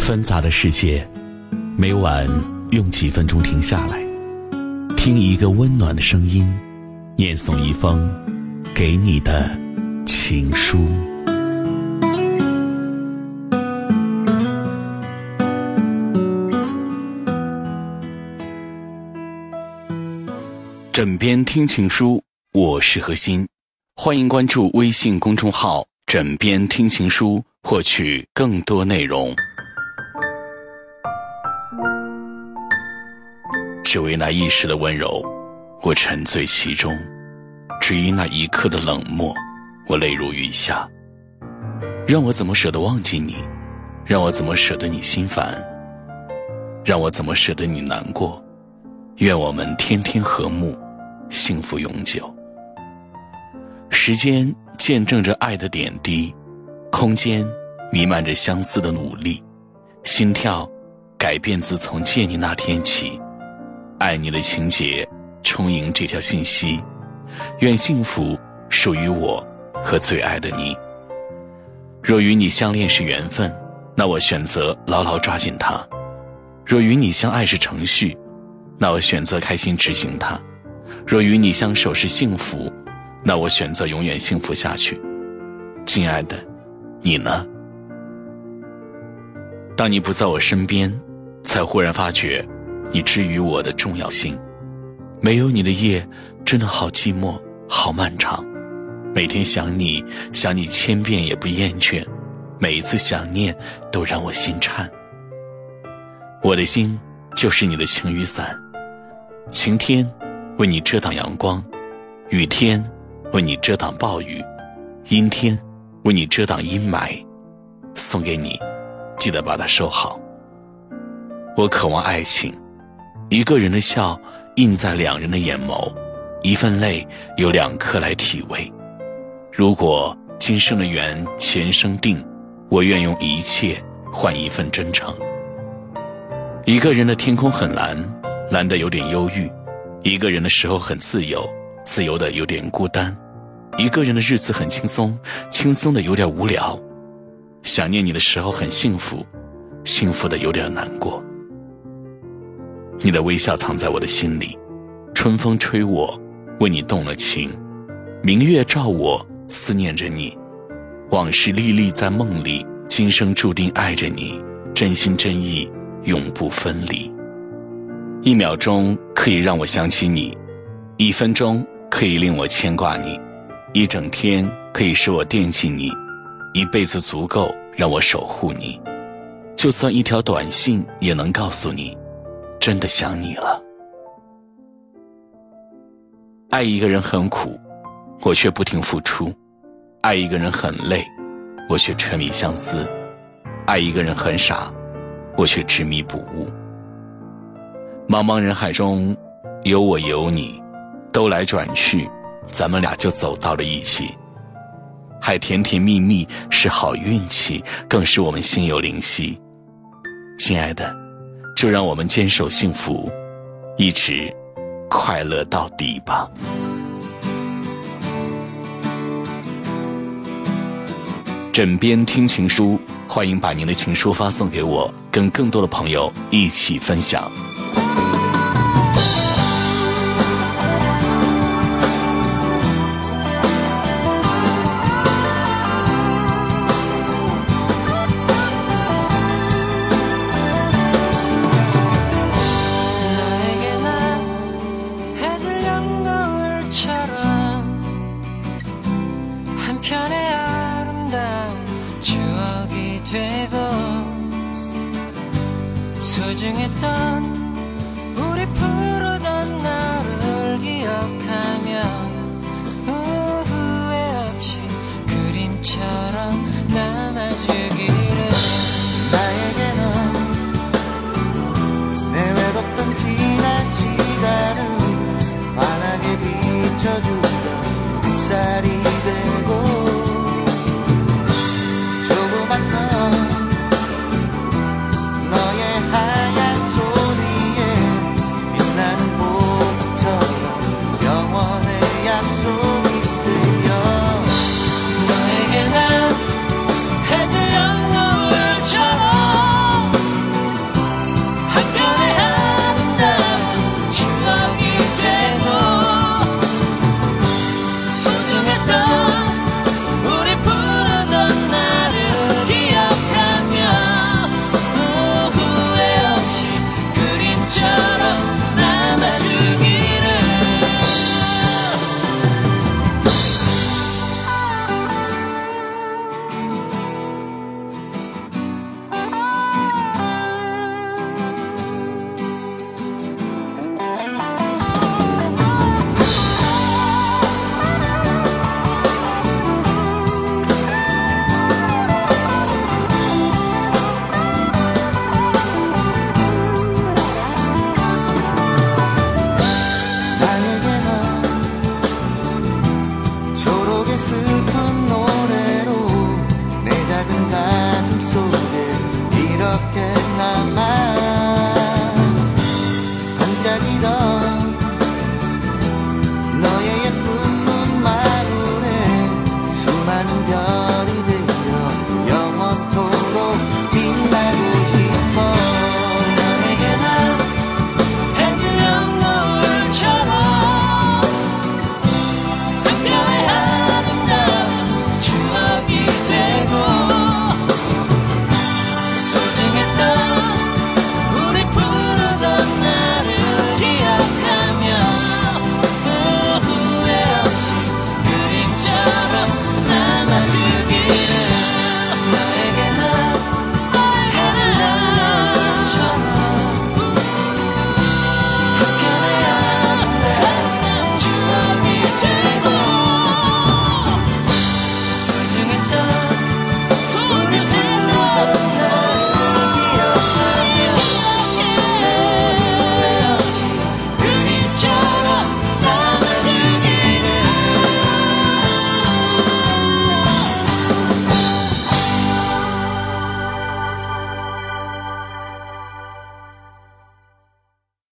纷杂的世界，每晚用几分钟停下来，听一个温暖的声音，念诵一封给你的情书。枕边听情书，我是何欣，欢迎关注微信公众号枕边听情书，获取更多内容。只为那一时的温柔，我沉醉其中；只因那一刻的冷漠，我泪如雨下。让我怎么舍得忘记你？让我怎么舍得你心烦？让我怎么舍得你难过？愿我们天天和睦，幸福永久。时间见证着爱的点滴，空间弥漫着相思的努力，心跳改变自从见你那天起。爱你的情节充盈这条信息，愿幸福属于我和最爱的你。若与你相恋是缘分，那我选择牢牢抓紧它；若与你相爱是程序，那我选择开心执行它；若与你相守是幸福，那我选择永远幸福下去。亲爱的，你呢？当你不在我身边，才忽然发觉你之于我的重要性。没有你的夜真的好寂寞，好漫长。每天想你千遍也不厌倦，每一次想念都让我心颤。我的心就是你的晴雨伞，晴天为你遮挡阳光，雨天为你遮挡暴雨，阴天为你遮挡阴霾。送给你，记得把它收好。我渴望爱情，一个人的笑印在两人的眼眸，一份泪有两颗来体味。如果今生的缘前生定，我愿用一切换一份真诚。一个人的天空很蓝，蓝得有点忧郁；一个人的时候很自由，自由得有点孤单；一个人的日子很轻松，轻松得有点无聊。想念你的时候很幸福，幸福得有点难过。你的微笑藏在我的心里，春风吹我，为你动了情；明月照我，思念着你。往事历历在梦里，今生注定爱着你，真心真意，永不分离。1秒钟可以让我想起你，1分钟可以令我牵挂你，1整天可以使我惦记你，1辈子足够让我守护你。就算一条短信也能告诉你，真的想你了。爱一个人很苦，我却不停付出；爱一个人很累，我却沉迷相思；爱一个人很傻，我却执迷不悟。茫茫人海中，有我有你，兜来转去，咱们俩就走到了一起。还甜甜蜜蜜是好运气，更是我们心有灵犀。亲爱的，就让我们坚守幸福，一直快乐到底吧。枕边听情书，欢迎把您的情书发送给我，跟更多的朋友一起分享。 소중했던 우리 부르던 나를 기억하며 후회 없이 그림처럼 남아주기를. 나에게는 내외롭던 지난 시간을 환하게 비춰주던 햇살이 되고 조그맣던 너의 하얀 손이 많은 별